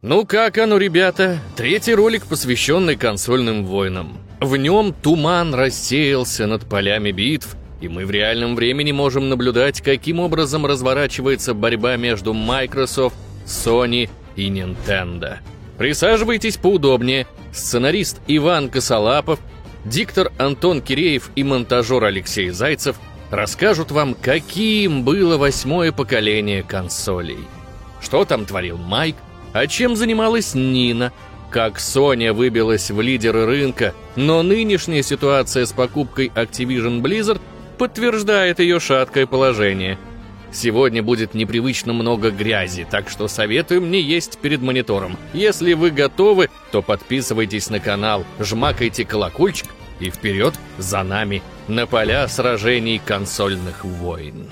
Ну как оно, ребята? Третий ролик, посвященный консольным войнам. В нем туман рассеялся над полями битв, и мы в реальном времени можем наблюдать, каким образом разворачивается борьба между Microsoft, Sony и Nintendo. Присаживайтесь поудобнее. Сценарист Иван Косолапов, диктор Антон Киреев и монтажер Алексей Зайцев расскажут вам, каким было 8-е поколение консолей. Что там творил Майк, а чем занималась Нина, как Sony выбилась в лидеры рынка, но нынешняя ситуация с покупкой Activision Blizzard подтверждает ее шаткое положение. Сегодня будет непривычно много грязи, так что советуем не есть перед монитором. Если вы готовы, то подписывайтесь на канал, жмакайте колокольчик и вперед за нами на поля сражений консольных войн.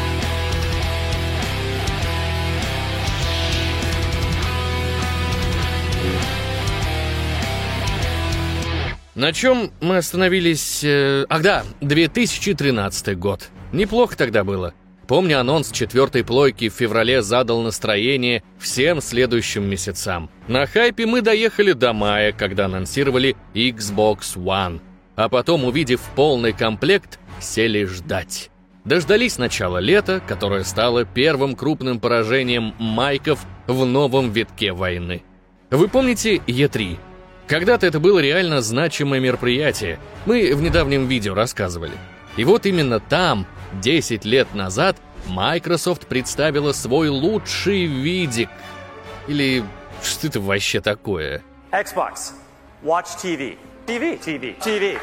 На чем мы остановились? 2013 год. Неплохо тогда было. Помню, анонс 4-й плойки в феврале задал настроение всем следующим месяцам. На хайпе мы доехали до мая, когда анонсировали Xbox One. А потом, увидев полный комплект, сели ждать. Дождались начала лета, которое стало первым крупным поражением майков в новом витке войны. Вы помните E3? Когда-то это было реально значимое мероприятие. Мы в недавнем видео рассказывали. И вот именно там, 10 лет назад, Microsoft представила свой лучший видик. Или что это вообще такое? Xbox. Watch TV. TV.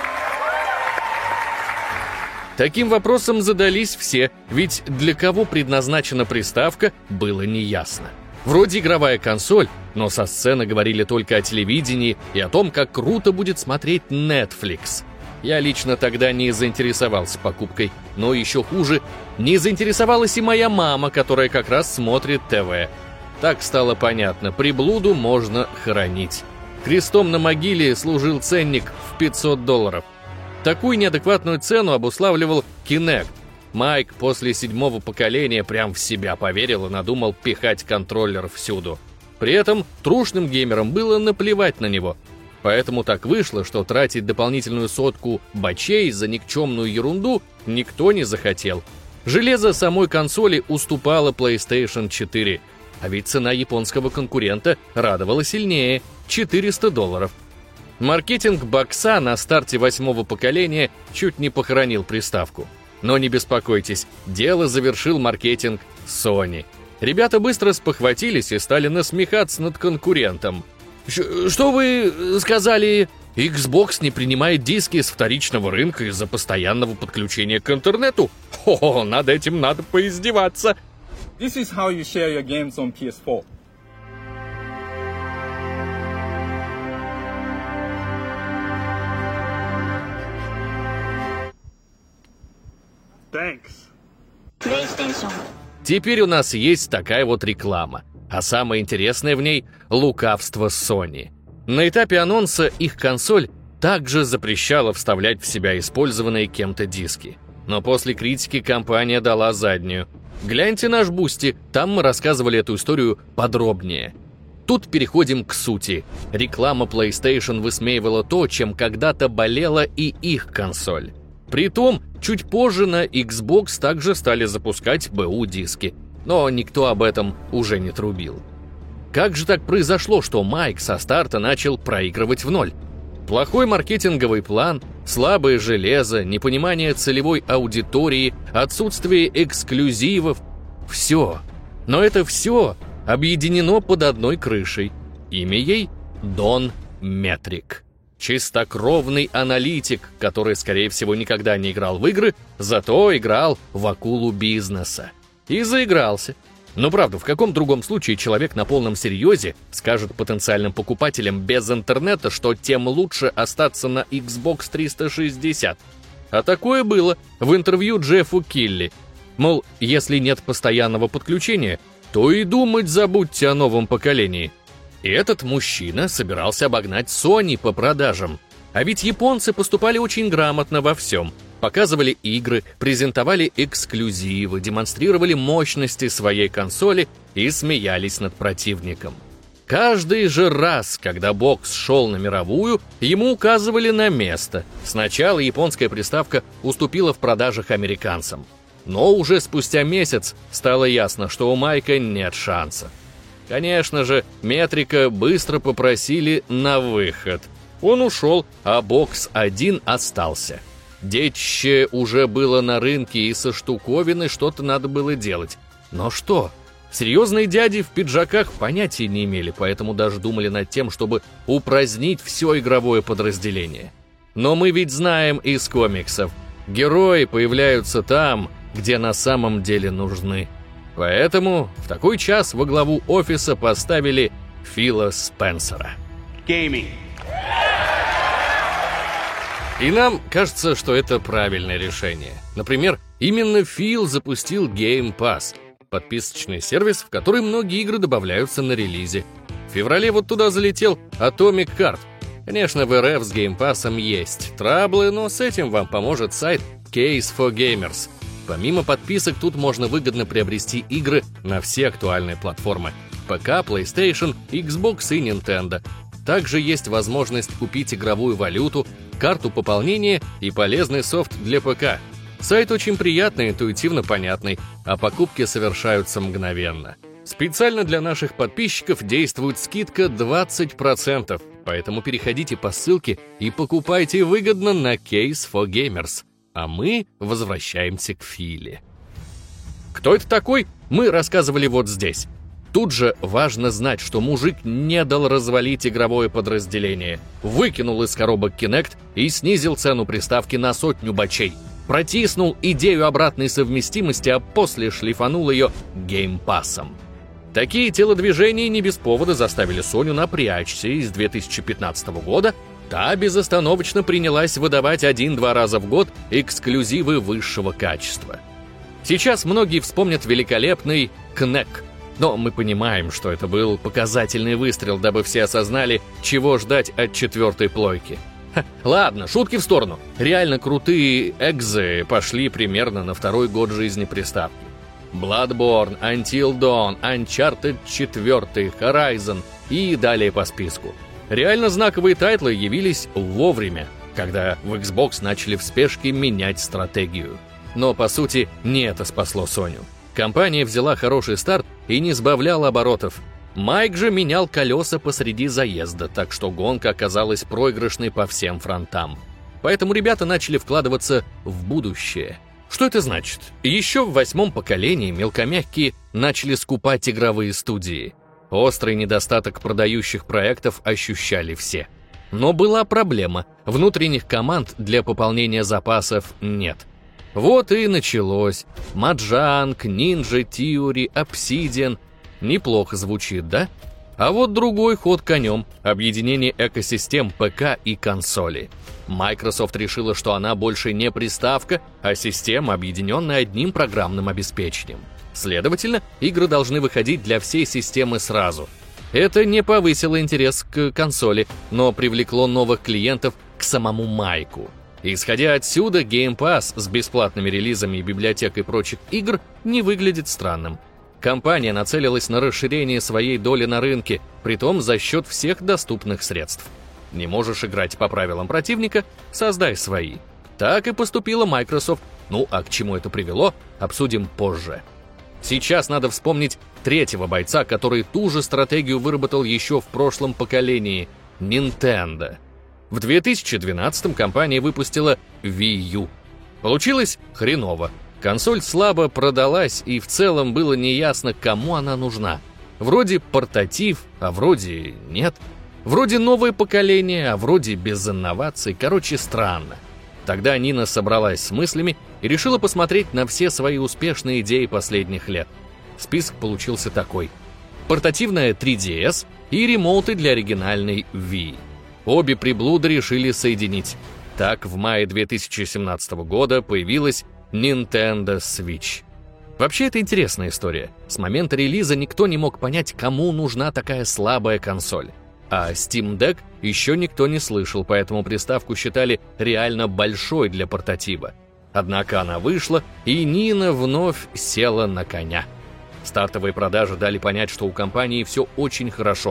Таким вопросом задались все, ведь для кого предназначена приставка, было неясно. Вроде игровая консоль, но со сцены говорили только о телевидении и о том, как круто будет смотреть Netflix. Я лично тогда не заинтересовался покупкой, но еще хуже, не заинтересовалась и моя мама, которая как раз смотрит ТВ. Так стало понятно, приблуду можно хоронить. Крестом на могиле служил ценник в $500. Такую неадекватную цену обуславливал Kinect. Майк после 7-го поколения прям в себя поверил и надумал пихать контроллер всюду. При этом трушным геймерам было наплевать на него. Поэтому так вышло, что тратить дополнительную 100 бачей за никчемную ерунду никто не захотел. Железо самой консоли уступало PlayStation 4, а ведь цена японского конкурента радовала сильнее – $400. Маркетинг бокса на старте 8-го поколения чуть не похоронил приставку. Но не беспокойтесь, дело завершил маркетинг Sony. Ребята быстро спохватились и стали насмехаться над конкурентом. Что вы сказали? Xbox не принимает диски с вторичного рынка из-за постоянного подключения к интернету? О, над этим надо поиздеваться. This is how you share your games on PS4. Thanks. PlayStation. Теперь у нас есть такая вот реклама. А самое интересное в ней – лукавство Sony. На этапе анонса их консоль также запрещала вставлять в себя использованные кем-то диски. Но после критики компания дала заднюю. Гляньте наш Бусти, там мы рассказывали эту историю подробнее. Тут переходим к сути. Реклама PlayStation высмеивала то, чем когда-то болела и их консоль. Притом, чуть позже на Xbox также стали запускать БУ-диски, но никто об этом уже не трубил. Как же так произошло, что Майк со старта начал проигрывать в ноль? Плохой маркетинговый план, слабое железо, непонимание целевой аудитории, отсутствие эксклюзивов – все. Но это все объединено под одной крышей. Имя ей – Дон Метрик. Чистокровный аналитик, который, скорее всего, никогда не играл в игры, зато играл в акулу бизнеса. И заигрался. Но правда, в каком другом случае человек на полном серьезе скажет потенциальным покупателям без интернета, что тем лучше остаться на Xbox 360? А такое было в интервью Джеффу Килли. Мол, если нет постоянного подключения, то и думать забудьте о новом поколении. И этот мужчина собирался обогнать Sony по продажам. А ведь японцы поступали очень грамотно во всем. Показывали игры, презентовали эксклюзивы, демонстрировали мощности своей консоли и смеялись над противником. Каждый же раз, когда бокс шел на мировую, ему указывали на место. Сначала японская приставка уступила в продажах американцам. Но уже спустя месяц стало ясно, что у Майка нет шанса. Конечно же, Метрика быстро попросили на выход. Он ушел, а бокс 1 остался. Детище уже было на рынке, и со штуковиной что-то надо было делать. Но что? Серьезные дяди в пиджаках понятия не имели, поэтому даже думали над тем, чтобы упразднить все игровое подразделение. Но мы ведь знаем из комиксов, герои появляются там, где на самом деле нужны. Поэтому в такой час во главу офиса поставили Фила Спенсера. Gaming. И нам кажется, что это правильное решение. Например, именно Фил запустил Game Pass, подписочный сервис, в который многие игры добавляются на релизе. В феврале вот туда залетел Atomic Heart. Конечно, в РФ с Game Pass'ом есть траблы, но с этим вам поможет сайт Case for Gamers. Помимо подписок, тут можно выгодно приобрести игры на все актуальные платформы: ПК, PlayStation, Xbox и Nintendo. Также есть возможность купить игровую валюту, карту пополнения и полезный софт для ПК. Сайт очень приятный, интуитивно понятный, а покупки совершаются мгновенно. Специально для наших подписчиков действует скидка 20%, поэтому переходите по ссылке и покупайте выгодно на Case for Gamers. А мы возвращаемся к Филе. Кто это такой, мы рассказывали вот здесь. Тут же важно знать, что мужик не дал развалить игровое подразделение, выкинул из коробок Kinect и снизил цену приставки на 100 бачей, протиснул идею обратной совместимости, а после шлифанул ее геймпассом. Такие телодвижения не без повода заставили Соню напрячься, и с 2015 года та безостановочно принялась выдавать 1-2 раза в год эксклюзивы высшего качества. Сейчас многие вспомнят великолепный Knack, но мы понимаем, что это был показательный выстрел, дабы все осознали, чего ждать от 4-й плойки. Ладно, шутки в сторону. Реально крутые экзы пошли примерно на 2-й год жизни приставки. Bloodborne, Until Dawn, Uncharted 4, Horizon и далее по списку. Реально знаковые тайтлы явились вовремя, когда в Xbox начали в спешке менять стратегию. Но, по сути, не это спасло Соню. Компания взяла хороший старт и не сбавляла оборотов. Майк же менял колеса посреди заезда, так что гонка оказалась проигрышной по всем фронтам. Поэтому ребята начали вкладываться в будущее. Что это значит? Еще в 8-м поколении мелкомягкие начали скупать игровые студии. Острый недостаток продающих проектов ощущали все. Но была проблема. Внутренних команд для пополнения запасов нет. Вот и началось. Mahjong, Ninja Theory, Obsidian. Неплохо звучит, да? А вот другой ход конем – объединение экосистем ПК и консоли. Microsoft решила, что она больше не приставка, а система, объединенная одним программным обеспечением. Следовательно, игры должны выходить для всей системы сразу. Это не повысило интерес к консоли, но привлекло новых клиентов к самому Майку. Исходя отсюда, Game Pass с бесплатными релизами и библиотекой прочих игр не выглядит странным. Компания нацелилась на расширение своей доли на рынке, притом за счет всех доступных средств. Не можешь играть по правилам противника – создай свои. Так и поступила Microsoft. Ну а к чему это привело, обсудим позже. Сейчас надо вспомнить третьего бойца, который ту же стратегию выработал еще в прошлом поколении – Nintendo. В 2012-м компания выпустила Wii U. Получилось хреново. Консоль слабо продалась, и в целом было неясно, кому она нужна. Вроде портатив, а вроде нет. Вроде новое поколение, а вроде без инноваций. Короче, странно. Тогда Нина собралась с мыслями и решила посмотреть на все свои успешные идеи последних лет. Список получился такой. Портативная 3DS и ремоуты для оригинальной Wii. Обе приблуды решили соединить. Так, в мае 2017 года появилась Nintendo Switch. Вообще, это интересная история. С момента релиза никто не мог понять, кому нужна такая слабая консоль. А Steam Deck еще никто не слышал, поэтому приставку считали реально большой для портатива. Однако она вышла, и Нина вновь села на коня. Стартовые продажи дали понять, что у компании все очень хорошо.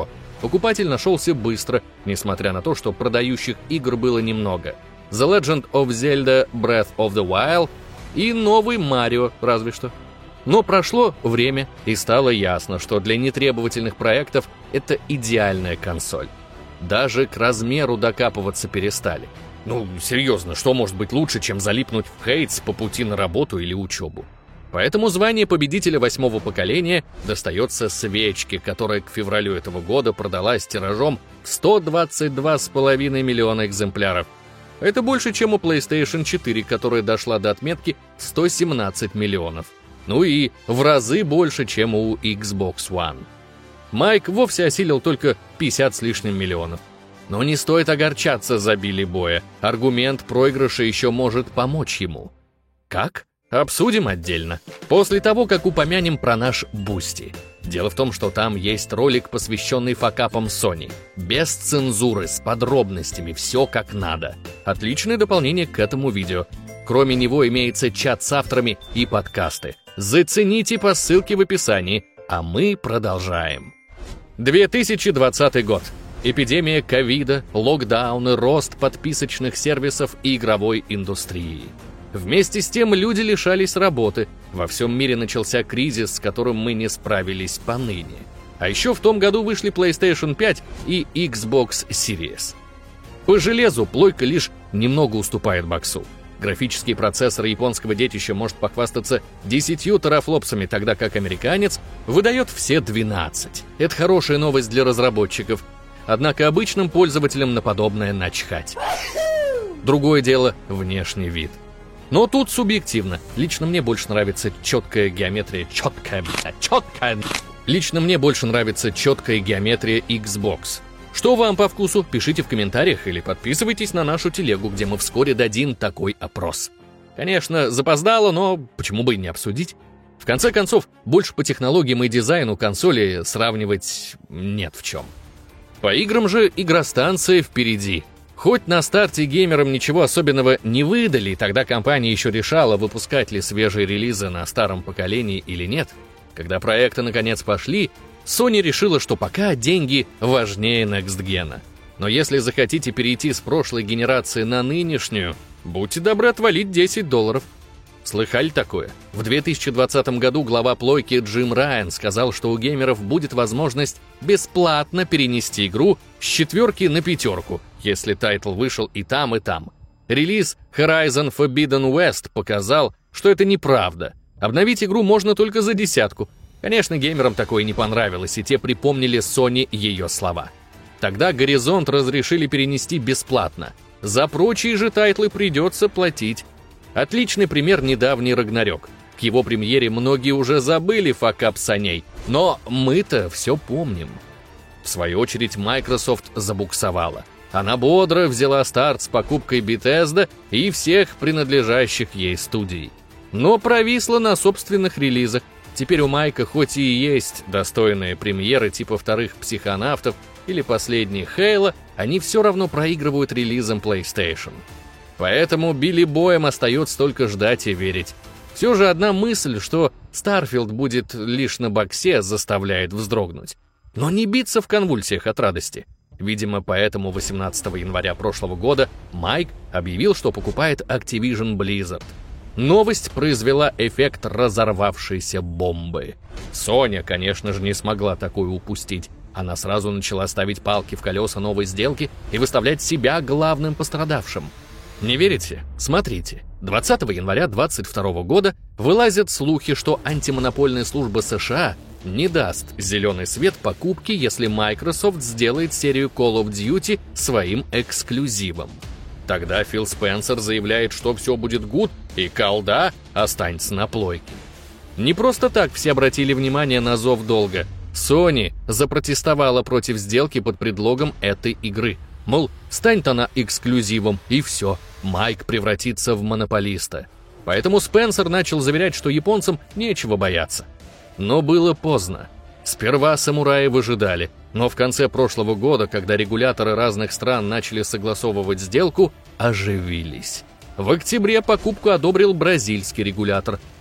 Покупатель нашелся быстро, несмотря на то, что продающих игр было немного. The Legend of Zelda Breath of the Wild и новый Марио, разве что. Но прошло время, и стало ясно, что для нетребовательных проектов это идеальная консоль. Даже к размеру докапываться перестали. Ну, серьезно, что может быть лучше, чем залипнуть в Хейтс по пути на работу или учебу? Поэтому звание победителя 8-го поколения достается Свечке, которая к февралю этого года продалась тиражом в 122,5 миллиона экземпляров. Это больше, чем у PlayStation 4, которая дошла до отметки 117 миллионов. Ну и в разы больше, чем у Xbox One. Майк вовсе осилил только 50 с лишним миллионов. Но не стоит огорчаться за Билли Боя. Аргумент проигрыша еще может помочь ему. Как? Обсудим отдельно. После того, как упомянем про наш Бусти. Дело в том, что там есть ролик, посвященный факапам Sony. Без цензуры, с подробностями, все как надо. Отличное дополнение к этому видео. Кроме него имеется чат с авторами и подкасты. Зацените по ссылке в описании, а мы продолжаем. 2020 год. Эпидемия ковида, локдауны, рост подписочных сервисов и игровой индустрии. Вместе с тем люди лишались работы. Во всем мире начался кризис, с которым мы не справились поныне. А еще в том году вышли PlayStation 5 и Xbox Series. По железу плойка лишь немного уступает боксу. Графический процессор японского детища может похвастаться 10 терафлопсами, тогда как американец выдает все 12. Это хорошая новость для разработчиков. Однако обычным пользователям на подобное начхать. Другое дело — внешний вид. Но тут субъективно. Лично мне больше нравится четкая геометрия. Лично мне больше нравится четкая геометрия Xbox. Что вам по вкусу? Пишите в комментариях или подписывайтесь на нашу телегу, где мы вскоре дадим такой опрос. Конечно, запоздало, но почему бы и не обсудить? В конце концов, больше по технологиям и дизайну консоли сравнивать нет в чем. По играм же игростанция впереди. Хоть на старте геймерам ничего особенного не выдали, тогда компания еще решала, выпускать ли свежие релизы на старом поколении или нет. Когда проекты наконец пошли, Sony решила, что пока деньги важнее некстгена. Но если захотите перейти с прошлой генерации на нынешнюю, будьте добры отвалить $10. Слыхали такое? В 2020 году глава плойки Джим Райан сказал, что у геймеров будет возможность бесплатно перенести игру с 4 на 5, если тайтл вышел и там, и там. Релиз Horizon Forbidden West показал, что это неправда. Обновить игру можно только за 10. Конечно, геймерам такое не понравилось, и те припомнили Sony ее слова. Тогда Горизонт разрешили перенести бесплатно. За прочие же тайтлы придется платить. Отличный пример — недавний Рагнарёк. К его премьере многие уже забыли факап саней, но мы-то все помним. В свою очередь, Microsoft забуксовала. Она бодро взяла старт с покупкой Bethesda и всех принадлежащих ей студий. Но провисла на собственных релизах. Теперь у Майка хоть и есть достойные премьеры типа вторых «Психонавтов» или последний «Хейла», они все равно проигрывают релизам PlayStation. Поэтому Билли Боем остается только ждать и верить. Все же одна мысль, что Starfield будет лишь на боксе, заставляет вздрогнуть. Но не биться в конвульсиях от радости. Видимо, поэтому 18 января прошлого года Майк объявил, что покупает Activision Blizzard. Новость произвела эффект разорвавшейся бомбы. Соня, конечно же, не смогла такое упустить. Она сразу начала ставить палки в колеса новой сделки и выставлять себя главным пострадавшим. Не верите? Смотрите. 20 января 2022 года вылазят слухи, что антимонопольная служба США не даст зеленый свет покупке, если Microsoft сделает серию Call of Duty своим эксклюзивом. Тогда Фил Спенсер заявляет, что все будет гуд, и колда останется на плойке. Не просто так все обратили внимание на зов долга. Sony запротестовала против сделки под предлогом этой игры. Мол, станет она эксклюзивом, и все, Майк превратится в монополиста. Поэтому Спенсер начал заверять, что японцам нечего бояться. Но было поздно. Сперва самураи выжидали, но в конце прошлого года, когда регуляторы разных стран начали согласовывать сделку, оживились. В октябре покупку одобрил бразильский регулятор,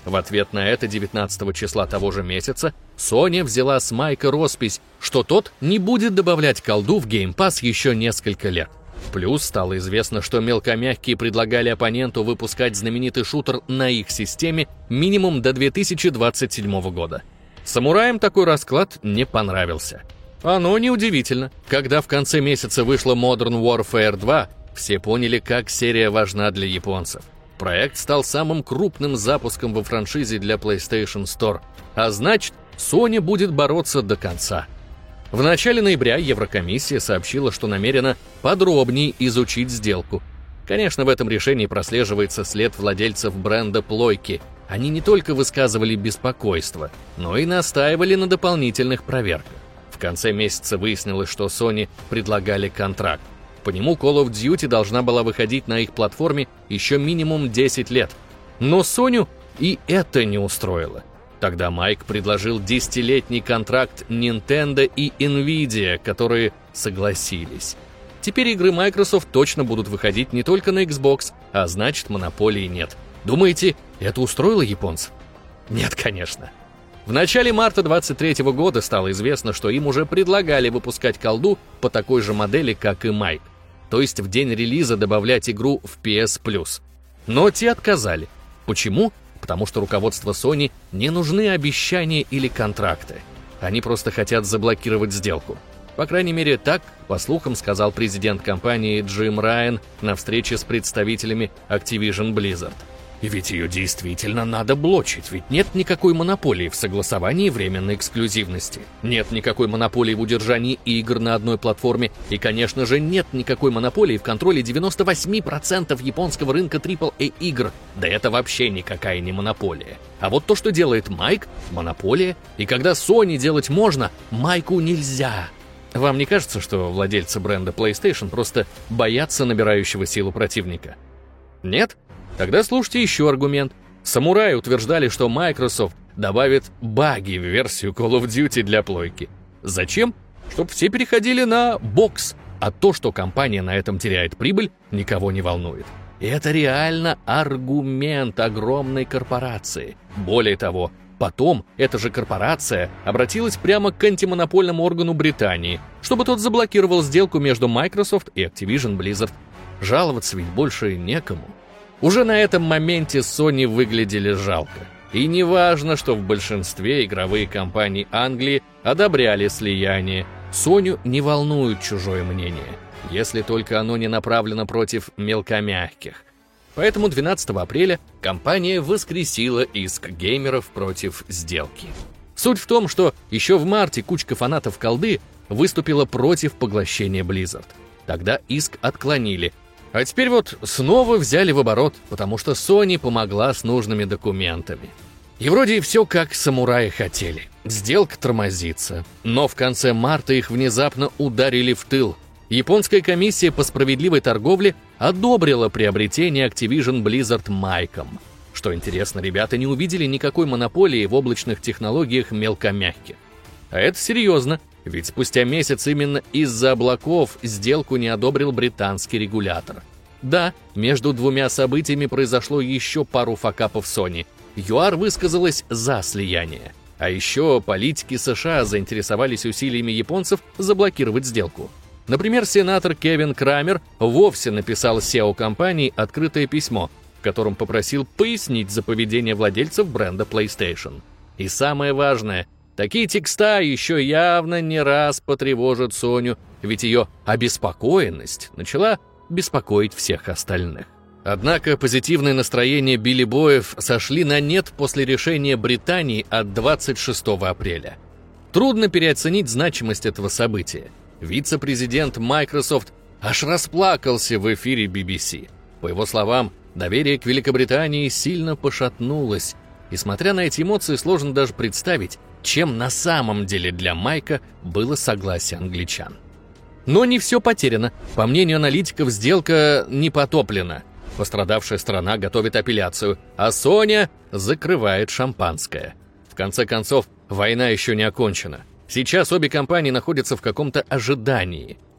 В ответ на это 19 числа того же месяца Sony взяла с Майка роспись, что тот не будет добавлять колду в Game Pass еще несколько лет. Плюс стало известно, что мелкомягкие предлагали оппоненту выпускать знаменитый шутер на их системе минимум до 2027 года. Самураям такой расклад не понравился. Оно неудивительно. Когда в конце месяца вышла Modern Warfare 2, все поняли, как серия важна для японцев. Проект стал самым крупным запуском во франшизе для PlayStation Store, а значит, Sony будет бороться до конца. В начале ноября Еврокомиссия сообщила, что намерена подробнее изучить сделку. Конечно, в этом решении прослеживается след владельцев бренда плойки. Они не только высказывали беспокойство, но и настаивали на дополнительных проверках. В конце месяца выяснилось, что Sony предлагали контракт. По нему Call of Duty должна была выходить на их платформе еще минимум 10 лет. Но Sony и это не устроило. Тогда Майк предложил 10-летний контракт Nintendo и Nvidia, которые согласились. Теперь игры Microsoft точно будут выходить не только на Xbox, а значит, монополии нет. Думаете, это устроило японцев? Нет, конечно. В начале марта 23 года стало известно, что им уже предлагали выпускать колду по такой же модели, как и Майк. То есть в день релиза добавлять игру в PS Plus. Но те отказали. Почему? Потому что руководству Sony не нужны обещания или контракты. Они просто хотят заблокировать сделку. По крайней мере, так, по слухам, сказал президент компании Джим Райан на встрече с представителями Activision Blizzard. И ведь ее действительно надо блочить, ведь нет никакой монополии в согласовании временной эксклюзивности. Нет никакой монополии в удержании игр на одной платформе. И, конечно же, нет никакой монополии в контроле 98% японского рынка AAA игр. Да это вообще никакая не монополия. А вот то, что делает Майк, монополия. И когда Sony делать можно, Майку нельзя. Вам не кажется, что владельцы бренда PlayStation просто боятся набирающего силу противника? Нет? Тогда слушайте еще аргумент. Самураи утверждали, что Microsoft добавит баги в версию Call of Duty для плойки. Зачем? Чтобы все переходили на бокс. А то, что компания на этом теряет прибыль, никого не волнует. И это реально аргумент огромной корпорации. Более того, потом эта же корпорация обратилась прямо к антимонопольному органу Британии, чтобы тот заблокировал сделку между Microsoft и Activision Blizzard. Жаловаться ведь больше некому. Уже на этом моменте Sony выглядели жалко. И не важно, что в большинстве игровые компании Англии одобряли слияние. Sony не волнует чужое мнение, если только оно не направлено против мелкомягких. Поэтому 12 апреля компания воскресила иск геймеров против сделки. Суть в том, что еще в марте кучка фанатов колды выступила против поглощения Blizzard. Тогда иск отклонили. А теперь вот снова взяли в оборот, потому что Sony помогла с нужными документами. И вроде все как самураи хотели. Сделка тормозится. Но в конце марта их внезапно ударили в тыл. Японская комиссия по справедливой торговле одобрила приобретение Activision Blizzard Майком. Что интересно, ребята не увидели никакой монополии в облачных технологиях мелкомягких. А это серьезно. Ведь спустя месяц именно из-за облаков сделку не одобрил британский регулятор. Да, между двумя событиями произошло еще пару факапов Sony. ЮАР высказалась за слияние. А еще политики США заинтересовались усилиями японцев заблокировать сделку. Например, сенатор Кевин Крамер вовсе написал SEO-компании открытое письмо, в котором попросил пояснить за поведение владельцев бренда PlayStation. И самое важное — такие текста еще явно не раз потревожат Соню, ведь ее обеспокоенность начала беспокоить всех остальных. Однако позитивное настроение Билли Боев сошли на нет после решения Британии от 26 апреля. Трудно переоценить значимость этого события. Вице-президент Microsoft аж расплакался в эфире BBC. По его словам, доверие к Великобритании сильно пошатнулось, и смотря на эти эмоции, сложно даже представить, чем на самом деле для Майка было согласие англичан. Но не все потеряно. По мнению аналитиков, сделка не потоплена. Пострадавшая сторона готовит апелляцию, а Соня закрывает шампанское. В конце концов, война еще не окончена. Сейчас обе компании находятся в каком-то ожидании.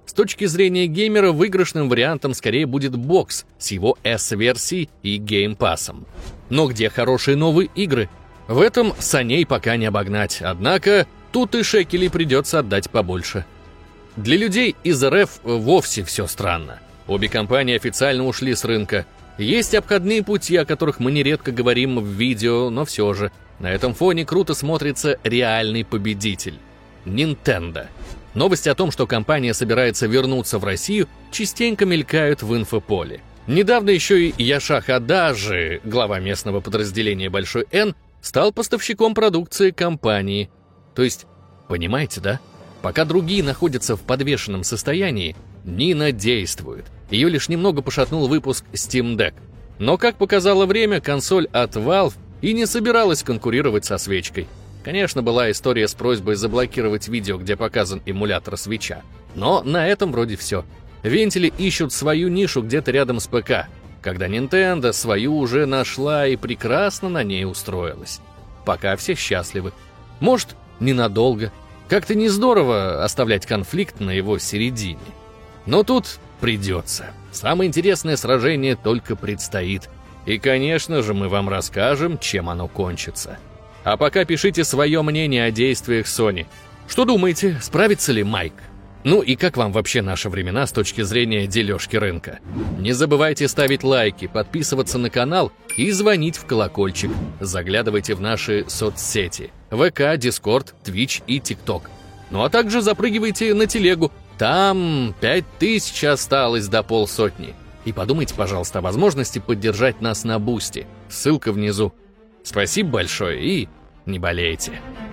С точки зрения геймера, выигрышным вариантом скорее будет бокс с его S-версией и геймпассом. Но где хорошие новые игры? В этом саней пока не обогнать, однако тут и шекелей придется отдать побольше. Для людей из РФ вовсе все странно. Обе компании официально ушли с рынка. Есть обходные пути, о которых мы нередко говорим в видео, но все же. На этом фоне круто смотрится реальный победитель – Nintendo. Новости о том, что компания собирается вернуться в Россию, частенько мелькают в инфополе. Недавно еще и Яша Хадажи, глава местного подразделения Большой N, стал поставщиком продукции компании. То есть, понимаете, да? Пока другие находятся в подвешенном состоянии, Nina действует. Ее лишь немного пошатнул выпуск Steam Deck. Но, как показало время, консоль от Valve и не собиралась конкурировать со свечкой. Конечно, была история с просьбой заблокировать видео, где показан эмулятор свеча. Но на этом вроде все. Вентили ищут свою нишу где-то рядом с ПК, когда Nintendo свою уже нашла и прекрасно на ней устроилась. Пока все счастливы. Может, ненадолго. Как-то не здорово оставлять конфликт на его середине. Но тут придется. Самое интересное сражение только предстоит. И, конечно же, мы вам расскажем, чем оно кончится. А пока пишите свое мнение о действиях Sony. Что думаете, справится ли Майк? Ну и как вам вообще наши времена с точки зрения дележки рынка? Не забывайте ставить лайки, подписываться на канал и звонить в колокольчик. Заглядывайте в наши соцсети: ВК, Дискорд, Твич и ТикТок. Ну а также запрыгивайте на телегу. Там 5000 осталось до 500. И подумайте, пожалуйста, о возможности поддержать нас на Бусти. Ссылка внизу. Спасибо большое и не болейте.